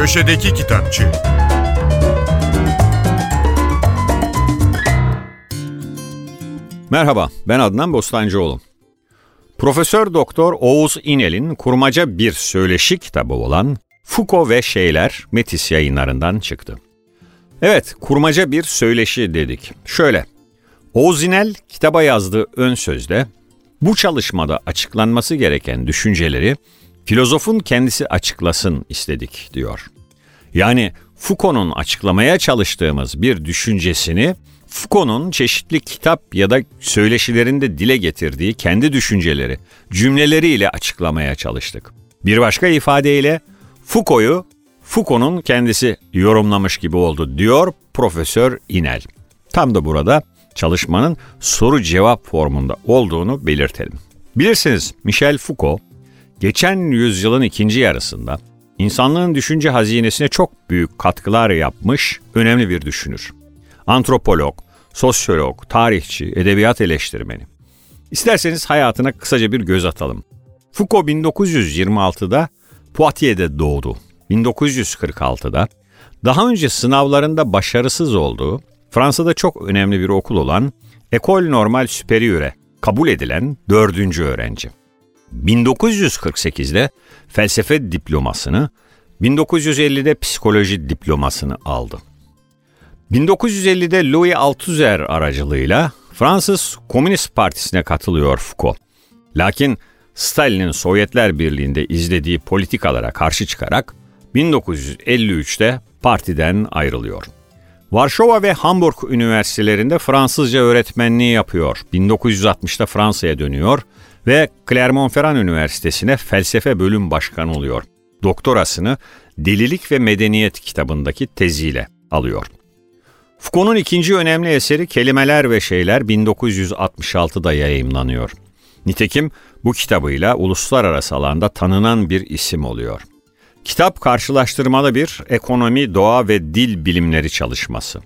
Köşedeki Kitapçı. Merhaba, ben Adnan Bostancıoğlu. Profesör Doktor Oğuz İnel'in kurmaca bir söyleşi kitabı olan Foucault ve Şeyler Metis Yayınlarından çıktı. Evet, kurmaca bir söyleşi dedik. Şöyle, Oğuz İnel kitaba yazdığı ön sözde bu çalışmada açıklanması gereken düşünceleri filozofun kendisi açıklasın istedik diyor. Yani Foucault'un açıklamaya çalıştığımız bir düşüncesini Foucault'un çeşitli kitap ya da söyleşilerinde dile getirdiği kendi düşünceleri, cümleleriyle açıklamaya çalıştık. Bir başka ifadeyle Foucault'u Foucault'un kendisi yorumlamış gibi oldu diyor Profesör İnel. Tam da burada çalışmanın soru-cevap formunda olduğunu belirtelim. Bilirsiniz Michel Foucault, geçen yüzyılın ikinci yarısında insanlığın düşünce hazinesine çok büyük katkılar yapmış önemli bir düşünür. Antropolog, sosyolog, tarihçi, edebiyat eleştirmeni. İsterseniz hayatına kısaca bir göz atalım. Foucault 1926'da Poitiers'de doğdu. 1946'da daha önce sınavlarında başarısız olduğu Fransa'da çok önemli bir okul olan École Normale Supérieure kabul edilen 4. öğrenci. 1948'de felsefe diplomasını, 1950'de psikoloji diplomasını aldı. 1950'de Louis Althusser aracılığıyla Fransız Komünist Partisi'ne katılıyor Foucault. Lakin Stalin'in Sovyetler Birliği'nde izlediği politikalara karşı çıkarak 1953'te partiden ayrılıyor. Varşova ve Hamburg üniversitelerinde Fransızca öğretmenliği yapıyor. 1960'da Fransa'ya dönüyor ve Clermont-Ferrand Üniversitesi'ne felsefe bölüm başkanı oluyor. Doktorasını Delilik ve Medeniyet kitabındaki teziyle alıyor. Foucault'un ikinci önemli eseri Kelimeler ve Şeyler 1966'da yayımlanıyor. Nitekim bu kitabıyla uluslararası alanda tanınan bir isim oluyor. Kitap karşılaştırmalı bir ekonomi, doğa ve dil bilimleri çalışması.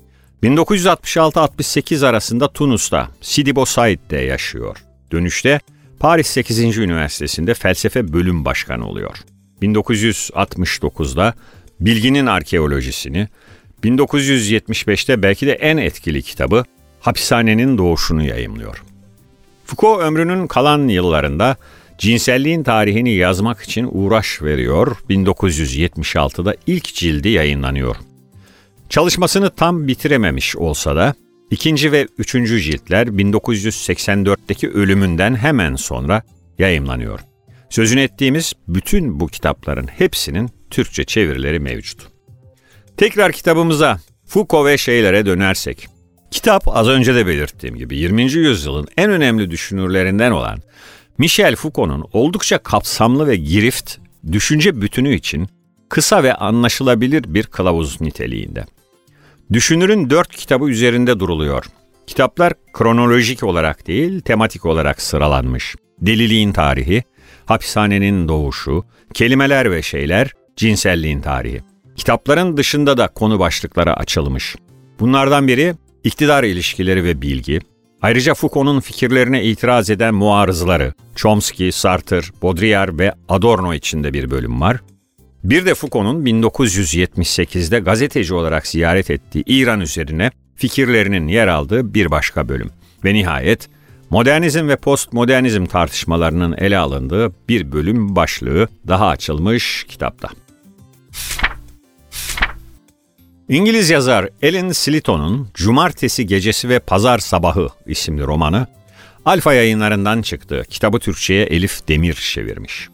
1966-68 arasında Tunus'ta, Sidi Bou Said'de yaşıyor. Dönüşte Paris 8. Üniversitesi'nde felsefe bölüm başkanı oluyor. 1969'da Bilginin Arkeolojisini, 1975'te belki de en etkili kitabı Hapishanenin Doğuşunu yayımlıyor. Foucault ömrünün kalan yıllarında cinselliğin tarihini yazmak için uğraş veriyor. 1976'da ilk cildi yayınlanıyor. Çalışmasını tam bitirememiş olsa da ikinci ve üçüncü ciltler 1984'teki ölümünden hemen sonra yayımlanıyor. Sözünü ettiğimiz bütün bu kitapların hepsinin Türkçe çevirileri mevcut. Tekrar kitabımıza, Foucault ve Şeyler'e dönersek, kitap az önce de belirttiğim gibi 20. yüzyılın en önemli düşünürlerinden olan Michel Foucault'un oldukça kapsamlı ve girift düşünce bütünü için kısa ve anlaşılabilir bir kılavuz niteliğinde. Düşünürün 4 kitabı üzerinde duruluyor. Kitaplar kronolojik olarak değil, tematik olarak sıralanmış. Deliliğin Tarihi, Hapishanenin Doğuşu, Kelimeler ve Şeyler, Cinselliğin Tarihi. Kitapların dışında da konu başlıkları açılmış. Bunlardan biri iktidar ilişkileri ve bilgi. Ayrıca Foucault'un fikirlerine itiraz eden muarızları, Chomsky, Sartre, Baudrillard ve Adorno içinde bir bölüm var. Bir de Foucault'un 1978'de gazeteci olarak ziyaret ettiği İran üzerine fikirlerinin yer aldığı bir başka bölüm. Ve nihayet modernizm ve postmodernizm tartışmalarının ele alındığı bir bölüm başlığı daha açılmış kitapta. İngiliz yazar Alan Sillitoe'nun Cumartesi Gecesi ve Pazar Sabahı isimli romanı, Alfa Yayınlarından çıktı. Kitabı Türkçe'ye Elif Demir çevirmiş.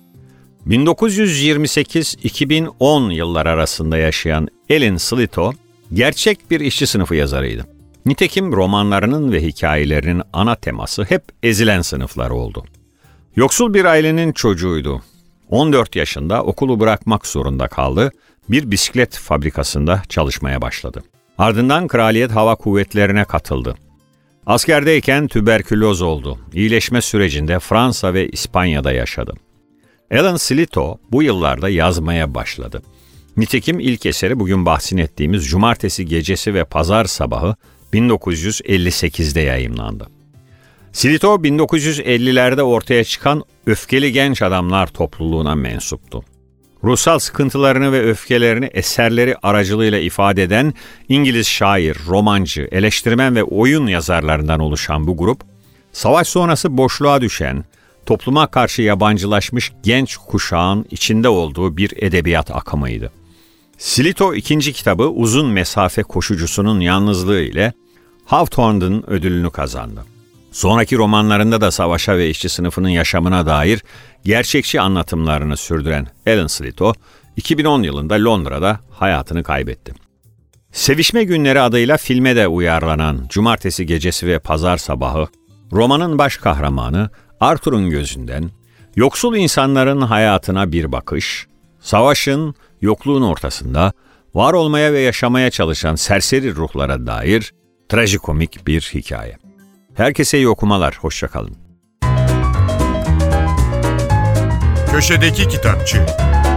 1928-2010 yıllar arasında yaşayan Alan Sillitoe, gerçek bir işçi sınıfı yazarıydı. Nitekim romanlarının ve hikayelerinin ana teması hep ezilen sınıflar oldu. Yoksul bir ailenin çocuğuydu. 14 yaşında okulu bırakmak zorunda kaldı. Bir bisiklet fabrikasında çalışmaya başladı. Ardından Kraliyet Hava Kuvvetleri'ne katıldı. Askerdeyken tüberküloz oldu. İyileşme sürecinde Fransa ve İspanya'da yaşadı. Alan Sillitoe bu yıllarda yazmaya başladı. Nitekim ilk eseri bugün bahsini ettiğimiz Cumartesi Gecesi ve Pazar Sabahı 1958'de yayımlandı. Sillitoe 1950'lerde ortaya çıkan öfkeli genç adamlar topluluğuna mensuptu. Ruhsal sıkıntılarını ve öfkelerini eserleri aracılığıyla ifade eden İngiliz şair, romancı, eleştirmen ve oyun yazarlarından oluşan bu grup, savaş sonrası boşluğa düşen, topluma karşı yabancılaşmış genç kuşağın içinde olduğu bir edebiyat akımıydı. Slito ikinci kitabı uzun mesafe koşucusunun yalnızlığı ile Hawthorne'un ödülünü kazandı. Sonraki romanlarında da savaşa ve işçi sınıfının yaşamına dair gerçekçi anlatımlarını sürdüren Alan Slito, 2010 yılında Londra'da hayatını kaybetti. Sevişme Günleri adıyla filme de uyarlanan Cumartesi Gecesi ve Pazar Sabahı, romanın baş kahramanı Arthur'un gözünden, yoksul insanların hayatına bir bakış, savaşın, yokluğun ortasında var olmaya ve yaşamaya çalışan serseri ruhlara dair trajikomik bir hikaye. Herkese iyi okumalar, hoşça kalın. Köşedeki Kitapçı.